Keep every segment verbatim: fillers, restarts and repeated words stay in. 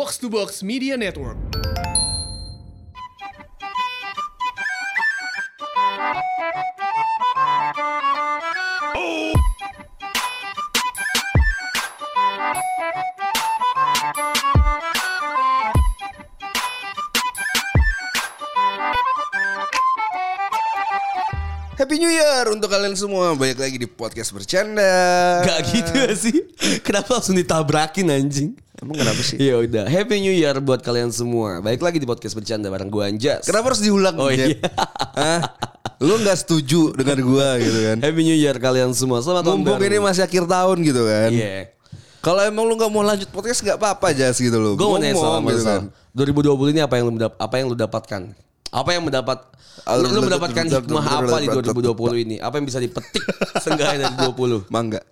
Box to Box Media Network. Happy New Year untuk kalian semua. Balik lagi di podcast bercanda. Gak gitu ya sih. Kenapa langsung ditabrakin anjing? Emang kenapa sih? Ya udah, Happy New Year buat kalian semua. Balik lagi di podcast bercanda bareng gua Anjas. Kenapa harus diulang? Oh Jeb? iya. Hah? Lu gak setuju dengan gua gitu kan? Happy New Year kalian semua. Selamat tahun Mumpung baru. ini masih akhir tahun gitu kan? Iya. Kalau emang lu gak mau lanjut podcast gak apa-apa Jas gitu loh. Gue mau nanya soal gitu kan. dua ribu dua puluh ini apa yang lu mendap- apa yang lu dapatkan? Apa yang mendapat lu, lu mendapatkan hikmah apa di dua ribu dua puluh ini? Apa yang bisa dipetik seenggaknya dari dua puluh? Mangga.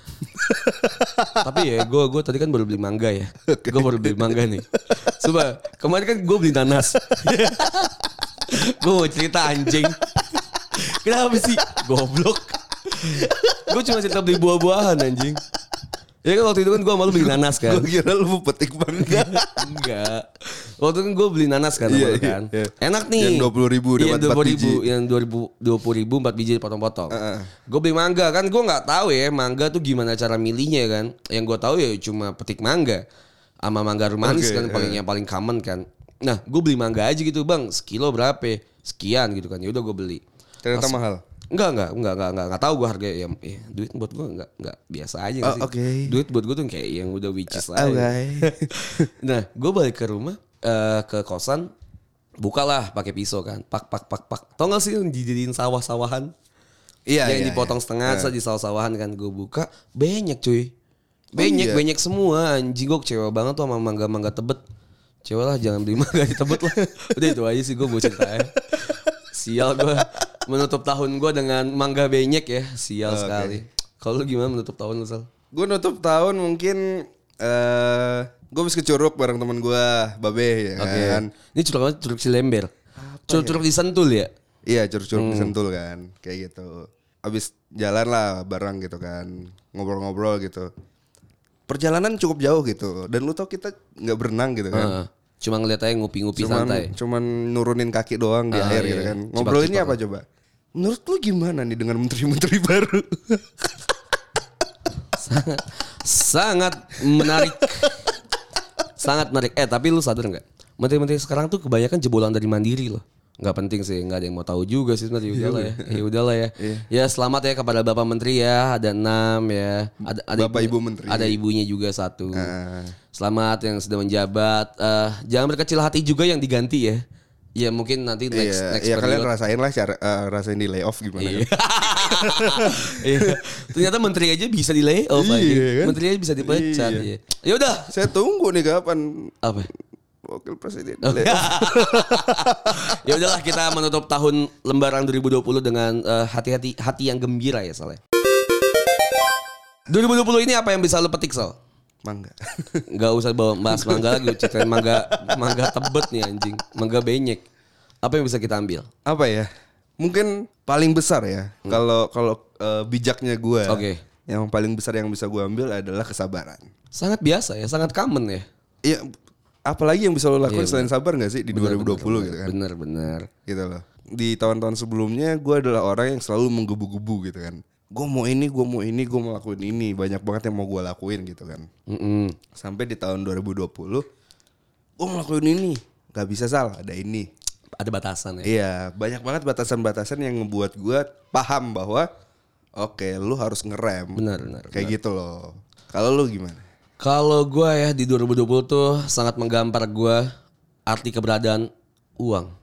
Tapi ya gue gue tadi kan baru beli mangga ya. Gue baru beli mangga nih. Coba kemarin kan gue beli nanas. Gue mau cerita anjing. Kenapa sih? Goblok. Gue cuma cerita beli buah-buahan anjing. Ya kan waktu itu kan gue malu beli nanas kan. Gue kira lu mau petik mangga. Enggak. Waktu itu kan gue beli nanas kan sama Iya, lu kan. iya. Enak nih. Yang dua puluh ribu Iya, dapat dua puluh empat ribu. biji. Yang dua ribu dua puluh ribu empat biji dipotong-potong. Uh-uh. Gue beli mangga kan gue nggak tahu ya mangga tuh gimana cara milihnya kan. Yang gue tahu ya cuma petik mangga sama mangga manis Okay, kan paling uh. yang paling common kan. Nah gue beli mangga aja gitu bang sekilo berapa? Sekian gitu kan. Ya udah gue beli. Ternyata Pas- mahal. Enggak, enggak, enggak, enggak, enggak, enggak tahu gue harga ya, eh, duit buat gue enggak, enggak biasa aja Oh, sih. oke. Duit buat gue tuh kayak yang udah witches Uh, lah. oke. Nah, gue balik ke rumah, eh, ke kosan, bukalah pakai pisau kan, pak, pak, pak, pak. Tau gak sih yang dijadiin sawah-sawahan? Iya, yang iya, dipotong iya. setengah, Uh. uh. di sawah-sawahan kan gue buka, banyak cuy, banyak, iya? banyak semua. Anjing gue kecewa banget tuh sama mangga-mangga Tebet. Kecewa lah, jangan beli mangga di Tebet lah. Udah itu aja sih gue mau ceritain. Sial gue menutup tahun gue dengan mangga benyek ya. Sial Oke. sekali. Kalau lu gimana menutup tahun lu Sal? Gue nutup tahun mungkin eh gue habis ke Curug bareng teman gue, Babe ya Oke. kan. Ini curug apa? Curug Cilember. Curug-curug di Sentul ya? Iya, curug-curug Hmm. di Sentul kan, kayak gitu. Habis jalan lah bareng gitu kan, ngobrol-ngobrol gitu. Perjalanan cukup jauh gitu, dan lu tau kita nggak berenang gitu kan. Heeh. Cuma ngeliat aja ngupi-ngupi Cuman, santai. cuman nurunin kaki doang di Ah, air iya. gitu kan. Cipak-cipak Ngobrolinnya apa lah. coba? Menurut lu gimana nih dengan menteri-menteri baru? sangat, sangat menarik. Sangat menarik. Eh tapi lu sadar nggak? Menteri-menteri sekarang tuh kebanyakan jebolan dari Mandiri loh. Nggak penting sih, nggak ada yang mau tahu juga sih sebenarnya. Ya udahlah ya. Ya udahlah ya. Ya selamat ya kepada Bapak Menteri ya. Ada enam ya. Ada, ada Bapak Ibu Menteri. Ada ibunya juga satu. Ah. Selamat yang sudah menjabat. Eh, jangan berkecil hati juga yang diganti ya. Ya mungkin nanti next Iya, next ya kalian period. rasain lah cara eh, rasain di layoff gimana. Iya. Iya. Ternyata menteri aja bisa di layoff Iya, aja. kan? Menteri aja bisa dipecat. Iya. Iya. Ya udah. Saya tunggu nih kapan Apa? wakil presiden. Oh. layoff. Ya udahlah kita menutup tahun lembaran dua ribu dua puluh dengan eh, hati-hati hati yang gembira ya Sal. dua ribu dua puluh ini apa yang bisa lo petik Sal? Mangga. Gak usah bawa bahas mangga lagi, ceritain mangga mangga Tebet nih anjing, mangga benyek. Apa yang bisa kita ambil? Apa ya? Mungkin paling besar ya. Kalau kalau eh, bijaknya gue. Hmm. Oke. Yang paling besar yang bisa gue ambil adalah kesabaran. Sangat biasa ya, sangat common ya. Iya, apalagi yang bisa lo lakukan Iya, selain sabar gak sih di dua ribu dua puluh gitu kan? Bener bener. Gitu loh. Di tahun-tahun sebelumnya gue adalah orang yang selalu menggebu-gebu gitu kan. Gue mau ini, gue mau ini, gue mau lakuin ini. Banyak banget yang mau gue lakuin gitu kan. Mm-mm. Sampai di tahun dua ribu dua puluh, gue ngelakuin ini. Gak bisa salah, ada ini. Ada batasan ya. Iya, banyak banget batasan-batasan yang ngebuat gue paham bahwa oke, lu harus ngerem. Benar benar. Kayak gitu loh. Kalau lu gimana? Kalau gue ya di dua ribu dua puluh tuh sangat menggampar gue arti keberadaan uang.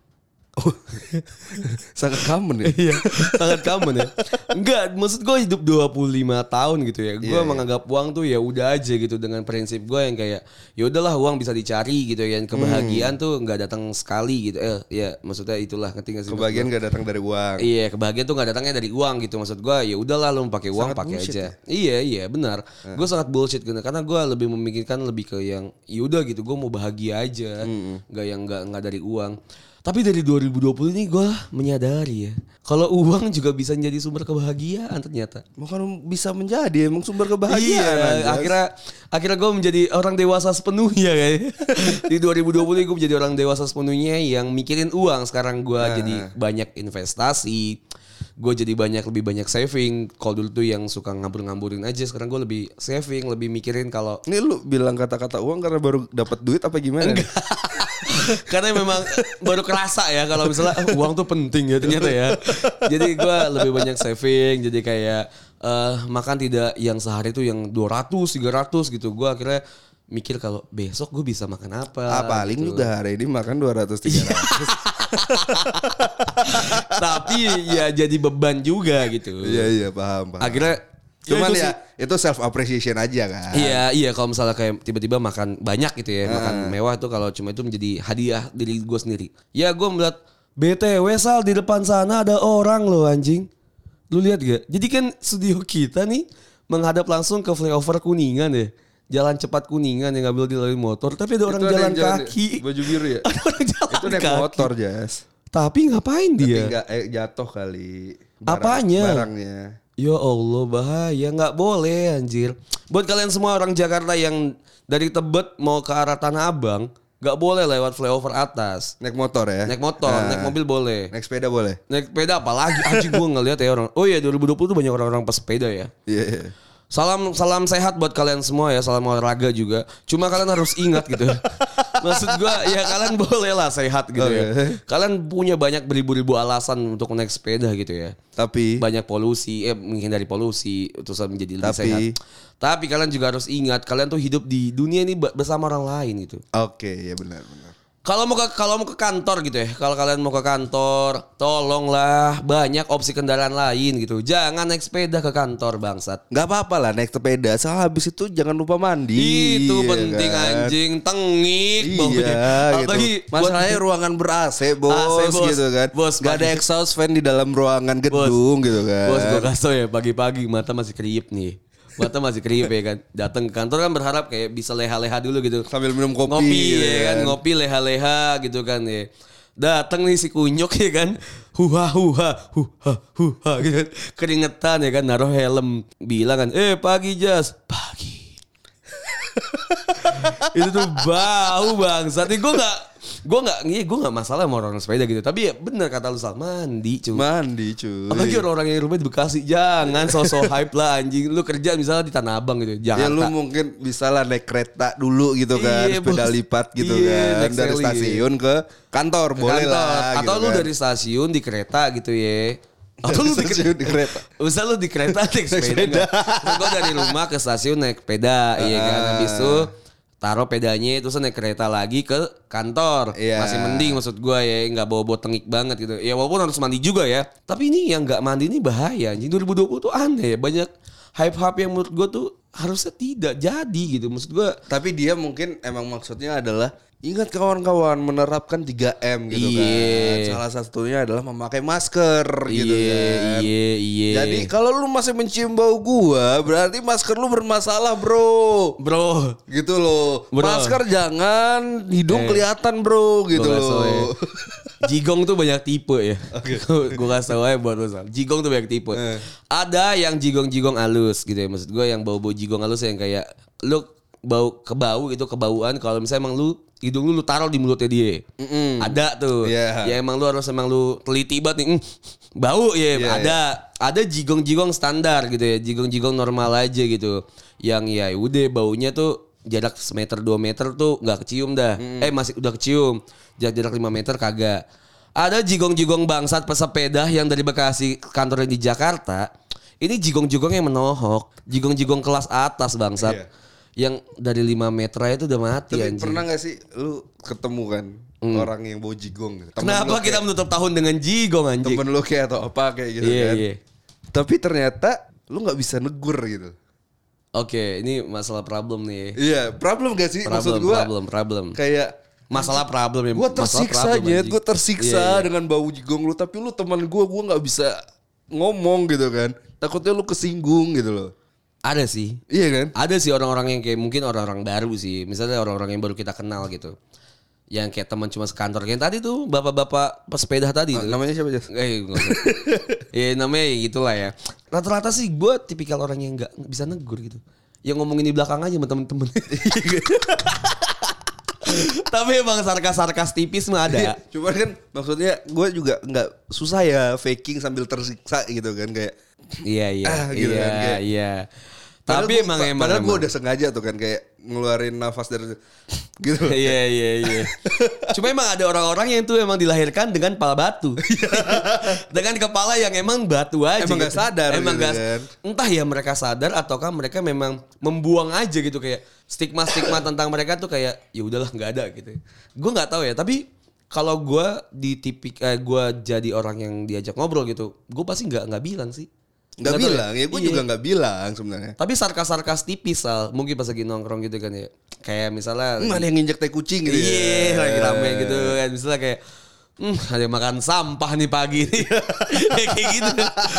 Sangat common ya. Iya, sangat common ya. Enggak, maksud gue hidup dua puluh lima tahun gitu ya. Gue Iya, iya. menganggap uang tuh ya udah aja gitu dengan prinsip gue yang kayak ya udahlah uang bisa dicari gitu ya. Kebahagiaan tuh nggak datang sekali gitu. Eh, ya maksudnya itulah ngerti nggak sih? maksud Kebahagiaan gua? gak datang dari uang. Iya, kebahagiaan tuh nggak datangnya dari uang gitu. Maksud gue ya udahlah lu pakai uang Sangat pakai bullshit aja. Iya, iya benar. Gue sangat bullshit gitu karena gue lebih memikirkan lebih ke yang ya udah gitu. Gue mau bahagia aja, nggak yang nggak nggak dari uang. Tapi dari dua ribu dua puluh ini gue menyadari ya, kalau uang juga bisa menjadi sumber kebahagiaan ternyata. Bukan bisa menjadi emang sumber kebahagiaan. Iya, akhirnya akhirnya gue menjadi orang dewasa sepenuhnya kayaknya. Di dua ribu dua puluh gue menjadi orang dewasa sepenuhnya yang mikirin uang. Sekarang gue nah. jadi banyak investasi. Gue jadi banyak lebih banyak saving. Kalau dulu tuh yang suka ngambur-ngamburin aja, sekarang gue lebih saving, lebih mikirin kalau. Ini lu bilang kata-kata uang karena baru dapat duit apa gimana? Enggak. Karena memang baru kerasa ya kalau misalnya oh, uang tuh penting ya ternyata ya. Jadi gue lebih banyak saving. Jadi kayak uh, makan tidak yang sehari tuh yang dua ratus, tiga ratus gitu. Gue akhirnya mikir kalau besok gue bisa makan apa. Ah, paling gitu. Juga hari ini makan dua ratus, tiga ratus. Tapi ya jadi beban juga gitu. Iya iya paham paham. Akhirnya cuman ya, ya itu self appreciation aja kan. Iya iya kalau misalnya kayak tiba-tiba makan banyak gitu ya, uh. makan mewah tuh kalau cuma itu menjadi hadiah diri gue sendiri. Ya gue melihat B T W Sal di depan sana ada orang loh anjing. Lu lihat gak? Jadi kan studio kita nih menghadap langsung ke flyover Kuningan ya. Jalan cepat Kuningan yang ngambil dilalui motor, tapi ada orang itu jalan ada kaki. Jalan, baju biru ya? Ada orang jalan itu naik kaki. motor, Jas. Tapi ngapain dia? Tapi enggak eh, jatuh kali. Barang, apanya? Barangnya. Ya Allah bahaya, nggak boleh anjir. Buat kalian semua orang Jakarta yang dari Tebet mau ke arah Tanah Abang, nggak boleh lewat flyover atas. Naik motor ya? Naik motor, nah. naik mobil boleh. Naik sepeda boleh? Naik sepeda apalagi anjing gue ngeliat ya orang. Oh iya dua ribu dua puluh tuh banyak orang-orang pesepeda ya. Iya. Yeah, yeah. Salam salam sehat buat kalian semua ya, salam olahraga juga. Cuma kalian harus ingat gitu. Maksud gue ya kalian boleh lah sehat gitu okay. ya. Kalian punya banyak beribu-ribu alasan untuk naik sepeda gitu ya. Tapi banyak polusi, eh menghindari polusi terus menjadi lebih tapi, sehat. Tapi kalian juga harus ingat kalian tuh hidup di dunia ini bersama orang lain gitu. Oke, okay, ya benar benar. Kalau mau ke kalau mau ke kantor gitu ya. Kalau kalian mau ke kantor, tolonglah banyak opsi kendaraan lain gitu. Jangan naik sepeda ke kantor bangsat. Gak apa-apa lah naik sepeda. Soal habis itu jangan lupa mandi. Itu ya penting kan? Anjing, tengik. Iya gitu. Masalahnya buat, ruangan ber-A C bos, A C, bos gitu kan. Bos, gak ada exhaust fan di dalam ruangan gedung bos, gitu kan. Bos gue kasih ya pagi-pagi mata masih kriip nih. Mata masih kriip ya kan. Datang ke kantor kan berharap kayak bisa leha-leha dulu gitu. Sambil minum kopi. Ngopi ya kan. kan. Ngopi leha-leha gitu kan ya. Datang nih si kunyuk ya kan. Huha huha huha huha gitu kan. Keringetan ya kan. Naruh helm. Bilang kan. Eh pagi Jas. Pagi. Itu tuh bau bangsat. Gue gak. Gue gak, iya gue gak masalah sama orang sepeda gitu. Tapi ya bener kata lu Sal, mandi cuy. Mandi cuy. Apalagi orang-orang yang rumah di Bekasi. Jangan sosok hype lah anjing. Lu kerja misalnya di Tanah Abang gitu. Jangan. Ya lu mungkin bisa lah naik kereta dulu gitu kan. Iya, sepeda bos. Lipat gitu iya, kan. Dari stasiun ke kantor ke boleh kantor. Lah. Atau gitu lu kan. dari stasiun di kereta gitu ya. Atau lu di kereta, di kereta. Usah lu di kereta naik sepeda. Gue dari rumah ke stasiun naik sepeda. Uh. Iya kan. Habis itu taruh pedanya terus naik kereta lagi ke kantor. Yeah. Masih mending maksud gue ya. Gak bawa-bawa tengik banget gitu. Ya walaupun harus mandi juga ya. Tapi ini yang gak mandi ini bahaya. Jadi dua ribu dua puluh tuh aneh ya. Banyak hype-hype yang menurut gue tuh harusnya tidak jadi gitu. Maksud gue. Tapi dia mungkin emang maksudnya adalah ingat kawan-kawan menerapkan tiga M gitu iye. kan. Salah satunya adalah memakai masker iye, gitu kan. Iya, iya. Jadi kalau lu masih mencium bau gua, berarti masker lu bermasalah, Bro. Bro, gitu loh. Bro. Masker jangan, hidung eh. kelihatan, Bro, gitu loh. Ya. Jigong tuh banyak tipe ya. Okay. Gua kasih tau aja buat lu. Jigong tuh banyak tipe. Eh. Ada yang jigong-jigong halus gitu ya. Maksud gua yang bau-bau jigong halus yang kayak lu bau kebau gitu, kebauan kalau misalnya emang lu hidung lu, lu taruh di mulutnya dia. Mm-mm. Ada tuh. Yeah. Ya emang lu harus emang lu teliti banget nih. Mm, bau ya yeah, ada. Yeah. Ada jigong-jigong standar gitu ya. Jigong-jigong normal aja gitu. Yang ya udah baunya tuh jarak semeter dua meter tuh gak kecium dah. Mm. Eh masih udah kecium. Jarak lima meter kagak. Ada jigong-jigong bangsat pesepeda yang dari Bekasi kantornya di Jakarta. Ini jigong-jigong yang menohok. Jigong-jigong kelas atas bangsat. Yeah. Yang dari lima meter aja tuh udah mati. Tapi anjing. Pernah gak sih lu ketemu kan hmm. orang yang bau jigong gitu? Kenapa kita kayak, menutup tahun dengan jigong anjing? Temen lu kayak atau apa kayak gitu yeah, kan. Yeah. Tapi ternyata lu gak bisa negur gitu. Oke okay, ini masalah problem nih. Iya problem gak sih? Problem, Maksud gue problem, problem. Kayak masalah problem ya. Gue tersiksa aja, gue tersiksa yeah, yeah. dengan bau jigong lu. Tapi lu teman gue, gue gak bisa ngomong gitu kan. Takutnya lu kesinggung gitu loh. Ada sih. Iya kan? Ada sih orang-orang yang kayak mungkin orang-orang baru sih. Misalnya orang-orang yang baru kita kenal gitu. yang kayak teman cuma sekantor kayak tadi tuh bapak-bapak pesepeda tadi. Oh, namanya siapa Jas? Eh, nggak usah. Ya namanya gitulah ya. Rata-rata sih gue tipikal orang yang nggak bisa negur gitu. Yang ngomongin di belakang aja sama temen-temen. Tapi emang sarkas-sarkas tipis mah ada. Cuman kan maksudnya gue juga nggak susah ya faking sambil tersiksa gitu kan kayak. Iya iya ah, gitu iya kan, kayak, iya. Padahal Tapi gua, emang pa- emang Padahal gue emang. udah sengaja tuh kan kayak ngeluarin nafas dari gitu. Iya iya iya. Cuma emang ada orang-orang yang tuh emang dilahirkan dengan kepala batu. Dengan kepala yang emang batu aja. Emang gitu. gak sadar Emang gitu gak, kan. entah ya mereka sadar ataukah mereka memang membuang aja gitu kayak stigma-stigma tentang mereka tuh kayak ya udahlah nggak ada gitu. Gue nggak tahu ya, tapi kalau gue di tipik eh, gue jadi orang yang diajak ngobrol gitu, gue pasti nggak nggak bilang sih. Nggak Nggak tahu bilang ya, gue Iya. juga nggak bilang sebenarnya. Tapi sarkas-sarkas tipis Sal. Mungkin pas lagi nongkrong gitu kan ya. Kayak misalnya Hmm, ada yang nginjek tai kucing gitu. iya, ya. lagi rame gitu kan. Misalnya kayak hmm, ada yang makan sampah nih pagi nih. Kayak gitu.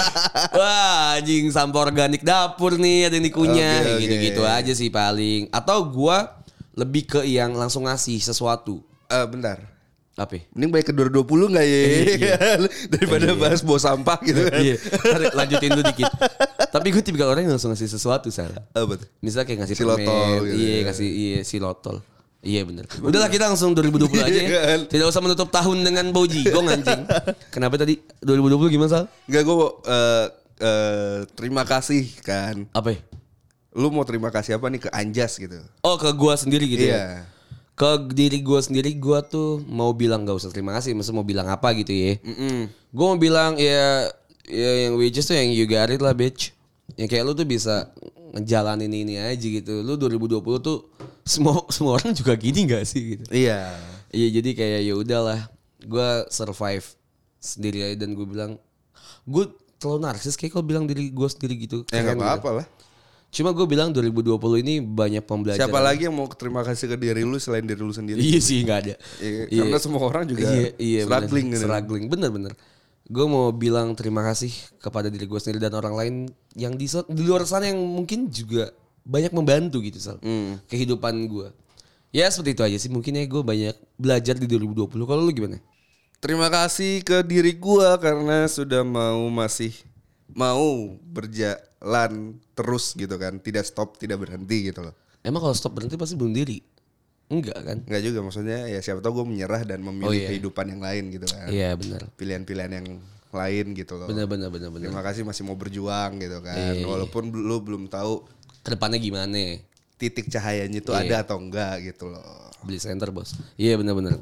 Wah, anjing sampah organik dapur nih ada yang dikunyah. Oke, Kayak oke. gitu-gitu aja sih paling. Atau gua lebih ke yang langsung ngasih sesuatu. Eh, bentar. Apa? Mending baik ke dua dua puluh nggak ya? Daripada bahas bawa sampah gitu kan. Iya, Tarik, lanjutin dulu dikit. Tapi gue tipikal orang yang langsung ngasih sesuatu salah. Apa tuh? Misalnya kayak ngasih Silotol permen, gitu iya ya. kasih iya silotol. Iya benar. Udahlah kita langsung dua ribu dua puluh aja Iya ya. kan? Tidak usah menutup tahun dengan bau jigong anjing. Kenapa tadi dua ribu dua puluh gimana Sal? Enggak, gue uh, uh, terima kasih kan. Apa ya? Lu mau terima kasih apa nih ke Anjas gitu? Oh ke gua sendiri gitu Iya. ya. Ke diri gua sendiri gua tuh mau bilang gak usah terima kasih, maksudnya mau bilang apa gitu ya. Mm-mm. Gua mau bilang ya, ya yang which is tuh yang you got it lah bitch. Yang kayak lu tuh bisa ngejalanin ini aja gitu. Lu dua ribu dua puluh tuh semua semua orang juga gini gak sih gitu. Iya. Iya jadi kayak ya udahlah, gue survive sendiri aja dan gue bilang gue terlalu narsis kayak kalau bilang diri gue sendiri gitu. Ya nggak Keren apa-apa gitu. lah. Cuma gue bilang dua ribu dua puluh ini banyak pembelajaran. Siapa lagi yang mau terima kasih ke diri lu selain diri lu sendiri? Iya sih nggak ada. Iya, karena semua orang juga iya, iya, struggling bener, gitu. struggling bener-bener. Gue mau bilang terima kasih kepada diri gue sendiri dan orang lain yang di, di luar sana yang mungkin juga banyak membantu gitu Sal. Hmm. Kehidupan gue. Ya seperti itu aja sih. Mungkin ya gue banyak belajar di dua ribu dua puluh. Kalau lu gimana? Terima kasih ke diri gua karena sudah mau masih mau berjalan terus gitu kan, tidak stop, tidak berhenti gitu loh. Emang kalau stop berhenti pasti bunuh diri? Enggak kan? Enggak juga, maksudnya ya siapa tahu gue menyerah dan memilih Oh, iya. kehidupan yang lain gitu kan. Iya benar. Pilihan-pilihan yang lain gitu loh. Benar benar benar benar. Terima kasih masih mau berjuang gitu kan. Iya, iya. Walaupun lu belum tahu Kedepannya gimana? titik cahayanya itu Iya. ada atau enggak gitu loh. Beli center bos. Iya benar benar.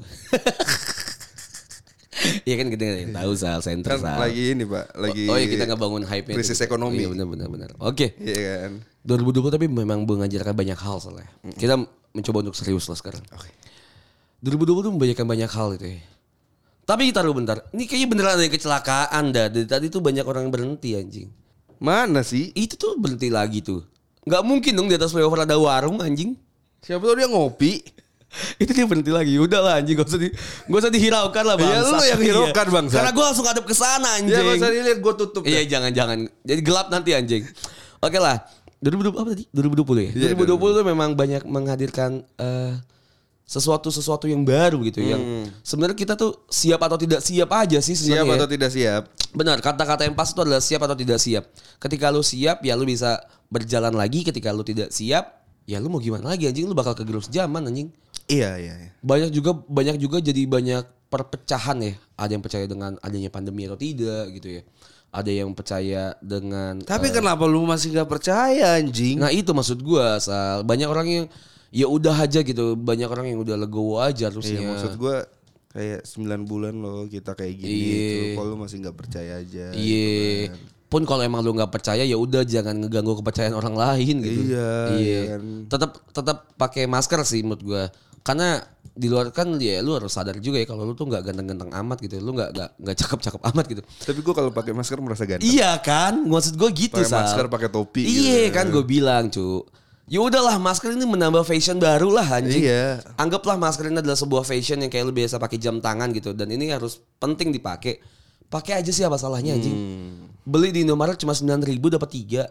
Iya kan kita nggak ada yang tahu Sal center Kan Sal. lagi ini Pak, lagi Oh iya kita ngebangun hype-nya. krisis itu. ekonomi. Iya benar benar benar. Oke. Iya kan. dua ribu dua puluh tapi memang mengajarkan banyak hal soalnya. Kita mencoba untuk serius lah sekarang. Oke. dua ribu dua puluh tuh membahayakan banyak hal gitu ya. Tapi taruh bentar. Ini kayaknya beneran ada kecelakaan dah. Dari tadi tuh banyak orang berhenti anjing. Mana sih? Itu tuh berhenti lagi tuh. Gak mungkin dong di atas flyover ada warung anjing. Siapa tahu dia ngopi. Itu dia berhenti lagi. Udah lah anjing. Gak usah, di, gak usah dihiraukan lah bang. Iya, lu yang hiraukan, bangsat. Karena gue langsung ngadep ke sana anjing. Ya gak usah dilihat, gue tutup. Iya jangan-jangan. Jadi gelap nanti anjing. Oke lah. dua ribu dua puluh apa tadi? dua ribu dua puluh ya? Iya, dua ribu dua puluh tuh memang banyak menghadirkan eh, sesuatu-sesuatu yang baru gitu. Yang sebenarnya kita tuh siap atau tidak siap aja sih sebenarnya. Siap ya. atau tidak siap? Benar, kata-kata yang pas itu adalah siap atau tidak siap. Ketika lu siap ya lu bisa berjalan lagi. Ketika lu tidak siap ya lu mau gimana lagi anjing. Lu bakal kegerus zaman anjing. Iya, iya, iya. Banyak juga banyak juga jadi banyak perpecahan ya. Ada yang percaya dengan adanya pandemi atau tidak gitu ya. Ada yang percaya dengan Tapi eh, kenapa lu masih gak percaya anjing? nah itu maksud gua Sal. Banyak orang yang ya udah aja gitu. Banyak orang yang udah legowo aja harusnya. Iya, maksud gue kayak sembilan bulan loh kita kayak gini Iya. gitu. Kalau lu masih gak percaya aja. Iya. gitu kan. Pun kalau emang lu nggak percaya ya udah jangan ngeganggu kepercayaan orang lain gitu. Iya, Iya. iya kan. Tetap tetap pakai masker sih menurut gua. Karena di luar kan ya lu harus sadar juga ya kalau lu tuh nggak ganteng-ganteng amat gitu. Lu nggak nggak nggak cakep-cakep amat gitu. Tapi gue kalau pakai masker merasa ganteng. Iya kan? Maksud gua gitu Pakai Sal. masker, pakai topi. Iya gitu. kan gue bilang cu. Ya udahlah masker ini menambah fashion baru lah anjing. Iya. Anggaplah masker ini adalah sebuah fashion yang kayak lu biasa pakai jam tangan gitu dan ini harus penting dipakai. Pakai aja sih apa salahnya anjing. Hmm. Beli di Indomaret cuma sembilan ribu dapat tiga.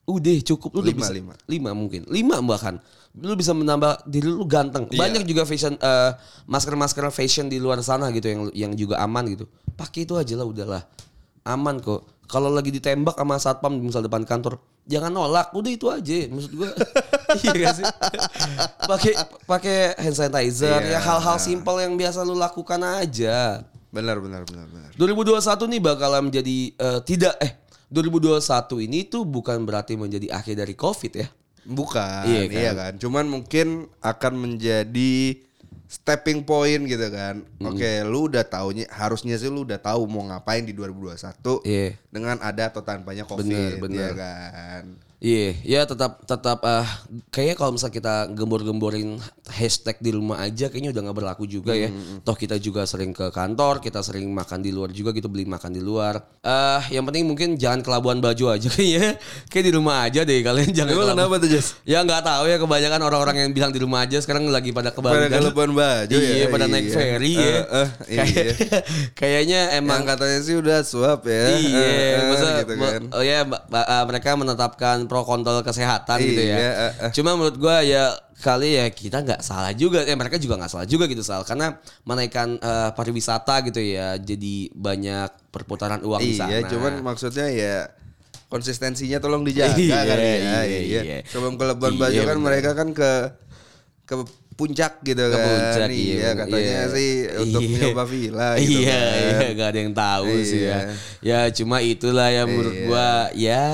Udah cukup lu udah Lima, bisa lima. lima mungkin lima bahkan lu bisa menambah diri lu ganteng. Iya. Banyak juga fashion eh, masker-masker fashion di luar sana gitu yang yang juga aman gitu. Pakai itu aja lah udahlah. Aman kok. Kalau lagi ditembak sama satpam misal depan kantor, jangan nolak. Udah itu aja. Maksud gua iya gak sih? Pakai pakai hand sanitizer Iya. ya hal-hal simpel yang biasa lu lakukan aja. Benar benar benar benar. dua ribu dua puluh satu nih bakalan menjadi eh, tidak eh dua ribu dua puluh satu ini tuh bukan berarti menjadi akhir dari Covid ya. Bukan, Iya iya kan? kan? Cuman mungkin akan menjadi stepping point gitu kan. Oke, lu udah taunya harusnya sih lu udah tahu mau ngapain di dua ribu dua puluh satu Iya. dengan ada atau tanpanya Covid, Bener, bener. ya kan. Iya, ya tetap tetap ah kayaknya kalau misalnya kita gembor-gemborin hashtag di rumah aja kayaknya udah nggak berlaku juga ya. Toh kita juga sering ke kantor, kita sering makan di luar juga gitu, beli makan di luar. Eh yang penting mungkin jangan ke Labuan Bajo aja kayaknya. Kayak di rumah aja deh kalian jangan. Emang ke Labuan- kenapa tuh, Jas? Ya nggak tahu ya kebanyakan orang-orang yang bilang di rumah aja sekarang lagi pada Pada kebalikan. ke Labuan Bajo ya. Iya, pada naik iya. ferry ya. Eh, eh, iya. Kayak- Kayaknya emang Emang katanya sih udah swab ya. Iya, Eh, eh, masa gitu me- kan. oh ya ba- ba- uh, mereka menetapkan pro kontrol kesehatan gitu ya. Iya, eh, eh. Cuma menurut gua ya kali ya kita nggak salah juga, eh mereka juga nggak salah juga gitu Sal, karena menaikkan uh, pariwisata gitu ya, jadi banyak perputaran uang di sana. Iya, cuman maksudnya ya konsistensinya tolong dijaga Iya, kan ya. iya, Iya. iya. Sebelum ke Labuan Iya, Bajo kan bener. mereka kan ke ke puncak gitu Ke kan. puncak, iya, iya, katanya iya. sih untuk Iya. nyoba villa gitu Iya, kan. iya, gak ada yang tahu sih ya. Iya. Ya cuma itulah ya menurut Iya. gua ya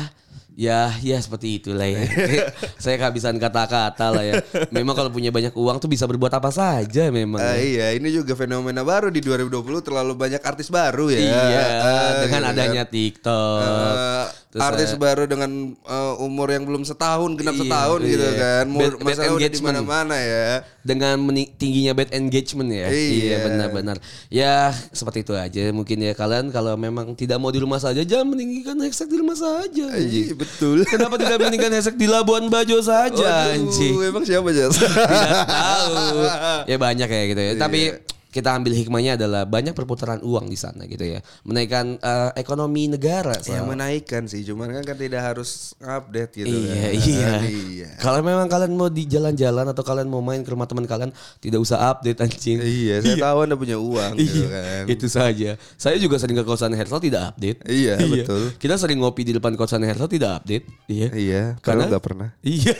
ya ya seperti itulah ya. Saya kehabisan kata-kata lah ya. Memang kalau punya banyak uang tuh bisa berbuat apa saja memang. Ah, ya. iya, ini juga fenomena baru di dua ribu dua puluh, terlalu banyak artis baru ya. Iya, Ah, dengan gitu adanya kan. TikTok. Eh, Terus, artis eh, baru dengan eh, umur yang belum setahun, genap Iya, setahun gitu iya. kan. Mau Bad- bad masalah udah di engagement. mana-mana ya. Dengan meni- tingginya bad engagement ya. Iya. benar-benar. Ya seperti itu aja mungkin ya, kalian kalau memang tidak mau di rumah saja jangan meninggikan hashtag di rumah saja. anjing. Iya, betul. Kenapa tidak meninggikan hashtag di Labuan Bajo saja anjing? Waduh, emang siapa Jas? Tidak tahu. Ya banyak ya gitu ya. Iya. Tapi kita ambil hikmahnya adalah banyak perputaran uang di sana gitu ya. Menaikkan eh, ekonomi negara. Sal. Yang menaikkan sih, cuman kan kan tidak harus update gitu Iya, kan. iya. Iya. Kalau memang kalian mau di jalan-jalan atau kalian mau main ke rumah teman kalian, tidak usah update anjing. Iya, saya tahu Anda punya uang gitu Iya, kan. itu saja. Saya juga sering ke kosan Hersal tidak update. Iya, betul. Kita sering ngopi di depan kosan Hersal tidak update. Iya. Iya, Karena- karena nggak pernah. Iya.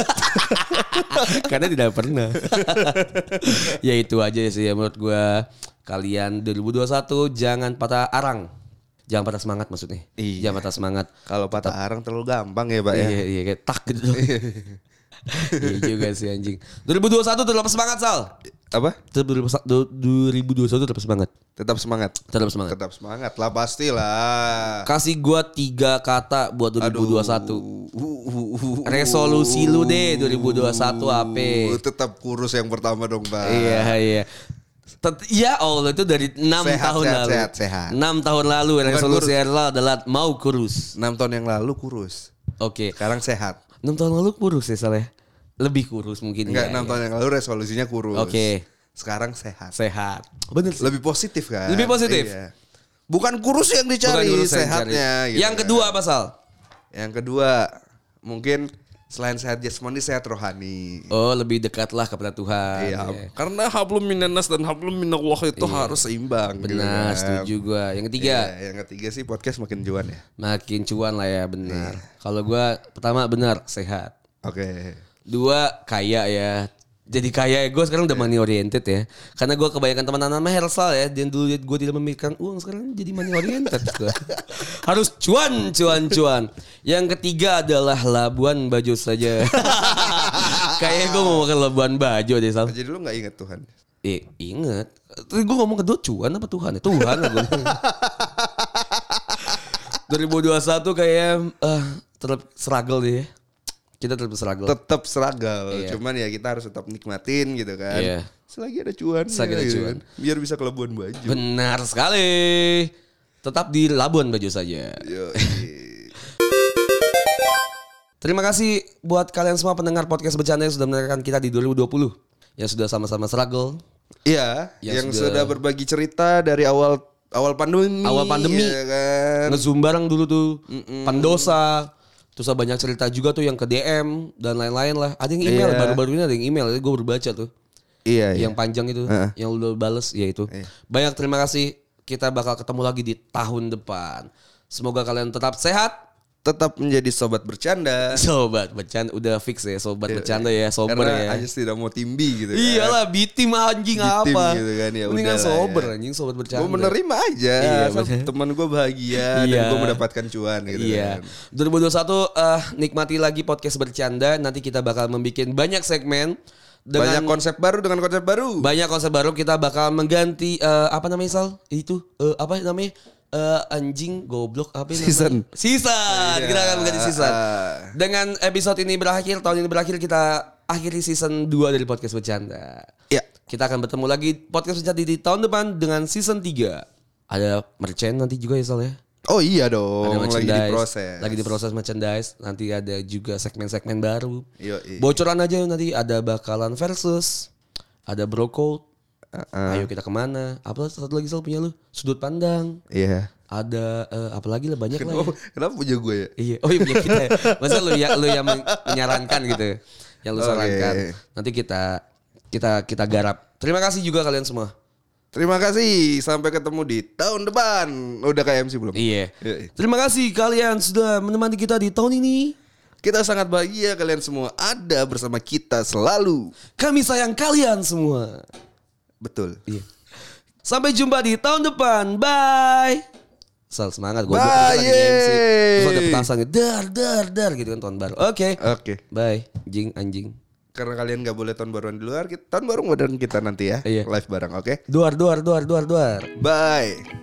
Karena tidak pernah. Ya itu aja sih ya menurut gua. Kalian dua ribu dua puluh satu jangan patah arang. Jangan patah semangat maksudnya. Iya. Jangan patah semangat. Kalau patah arang terlalu gampang ya, Pak ya. Iya, iya kayak tak gitu. Iya juga sih anjing. dua ribu dua puluh satu tetap semangat Sal. Apa? Tetap dua ribu dua puluh satu tetap semangat. Tetap semangat. Tetap semangat. Tetap semangat lah pastilah. Kasih gua tiga kata buat dua ribu dua puluh satu. Aduh. Resolusi lu deh dua ribu dua puluh satu apa? Tetap kurus yang pertama dong, Pak. Iya, iya. Tet- Ya Allah itu dari enam Sehat, tahun sehat, lalu. sehat, sehat. enam tahun lalu resolusi kurus. Erla adalah mau kurus. enam tahun yang lalu kurus. Oke. Sekarang sehat. enam tahun lalu kurus ya Saleh. Lebih kurus mungkin Enggak, ya. enam ya. tahun yang lalu resolusinya kurus. Oke. Sekarang sehat. Sehat. Bener sih. Lebih positif kan? Lebih positif. Iya. Bukan kurus yang Bukan dicari, kurus yang sehatnya. dicari. gitu Yang kan. kedua apa Sal? Yang kedua, mungkin selain sehat jasmani, sehat rohani. Oh lebih dekatlah kepada Tuhan. Iya, ya. karena hablum minanas dan hablum minallah itu harus seimbang. gitu Benar, kan. setuju gua. Yang ketiga, Iya, yang ketiga sih podcast makin cuan ya. makin cuan lah ya, benar. Iya. Kalau gua pertama benar sehat. Oke. Dua kaya ya. Jadi kaya ya, gue sekarang udah money oriented ya. Karena gue kebanyakan teman nama Hersal ya. Dan dulu gue tidak memikirkan uang, sekarang jadi money oriented. Gua. Harus cuan, cuan, cuan. Yang ketiga adalah Labuan Bajo saja. Kayaknya gue mau makan Labuan Bajo deh Sal. Jadi lu nggak inget Tuhan? Eh inget. Terus gue ngomong kedua cuan apa Tuhan ya? Tuhan lah gue. dua ribu dua puluh satu kayak uh, tetap struggle deh ya. Kita tetap struggle. Tetap struggle, Iya. cuman ya kita harus tetap nikmatin gitu kan. Iya. Selagi ada cuan, Selagi ada gitu cuan. kan. Biar bisa ke Labuan Bajo. Benar sekali. Tetap di Labuan Bajo saja. Yoi. Terima kasih buat kalian semua pendengar podcast bercanda yang sudah mendengarkan kita di dua ribu dua puluh. Yang sudah sama-sama struggle. Iya, Yang yang, sudah- sudah berbagi cerita dari awal awal pandemi. Awal pandemi. ya kan. Ngezoom bareng dulu tuh. Pandosa. Terus banyak cerita juga tuh yang ke D M dan lain-lain lah. Ada yang email, Iya. baru-baru ini ada yang email. Gue baru baca tuh. Iya, Yang iya. panjang itu, Heeh. yang lu bales, ya itu. Iya. Banyak terima kasih. Kita bakal ketemu lagi di tahun depan. Semoga kalian tetap sehat. Tetap menjadi sobat bercanda. Sobat bercanda, udah fix ya. Sobat Iya, bercanda ya, sober Karena ya. Anjas tidak mau timbi gitu kan. Iyalah, bitim anjing Bitim apa. gitu kan, ya Mendingan udah lah sober ya. anjing, sobat bercanda. Gue menerima aja. Iya, Asal bener. teman gue bahagia dan Iya. gue mendapatkan cuan gitu Iya. kan. dua ribu dua puluh satu eh, nikmati lagi podcast bercanda. Nanti kita bakal membuat banyak segmen dengan Banyak konsep baru dengan konsep baru. banyak konsep baru. Kita bakal mengganti eh, apa namanya Sal? Itu eh, apa namanya? Eh, anjing goblok apa namanya? Season. Season. Iya. Kita akan mengganti season. Ah. Dengan episode ini berakhir, tahun ini berakhir, kita akhiri season dua dari podcast bercanda. Ya. Kita akan bertemu lagi podcast bercanda di tahun depan dengan season tiga. Ada merchant nanti juga ya Sal ya. Oh iya Ada dong, lagi merchandise, diproses. lagi diproses merchandise. Nanti ada juga segmen-segmen baru. Yoi. Bocoran aja nanti ada bakalan versus, ada bro code. Uh-uh. Ayo kita kemana? Apa satu lagi Sal punya lu? Sudut pandang. Iya. Ada eh, apa lagi lah, banyak lah. Kenapa, Ya. kenapa punya gue ya? Iya. Oh iya punya kita. Ya. Masa lu ya lu yang men- menyarankan gitu. Yang lu Oke. sarankan. Nanti kita kita kita garap. Terima kasih juga kalian semua. Terima kasih, sampai ketemu di tahun depan. Udah kayak M C belum? Iya. Yoi. Terima kasih kalian sudah menemani kita di tahun ini. Kita sangat bahagia kalian semua ada bersama kita selalu. Kami sayang kalian semua. Betul. Iya. Sampai jumpa di tahun depan. Bye. Sal semangat gue Bye, lagi M C. Terus ada yeay. petasan gitu. Dar dar dar gitu kan tahun baru. Oke. Oke. Bye. Jing anjing. Karena kalian gak boleh tahun baruan di luar, kita, tahun baru bareng kita nanti ya. Iya. Live bareng, oke? Duar duar duar duar duar. Bye.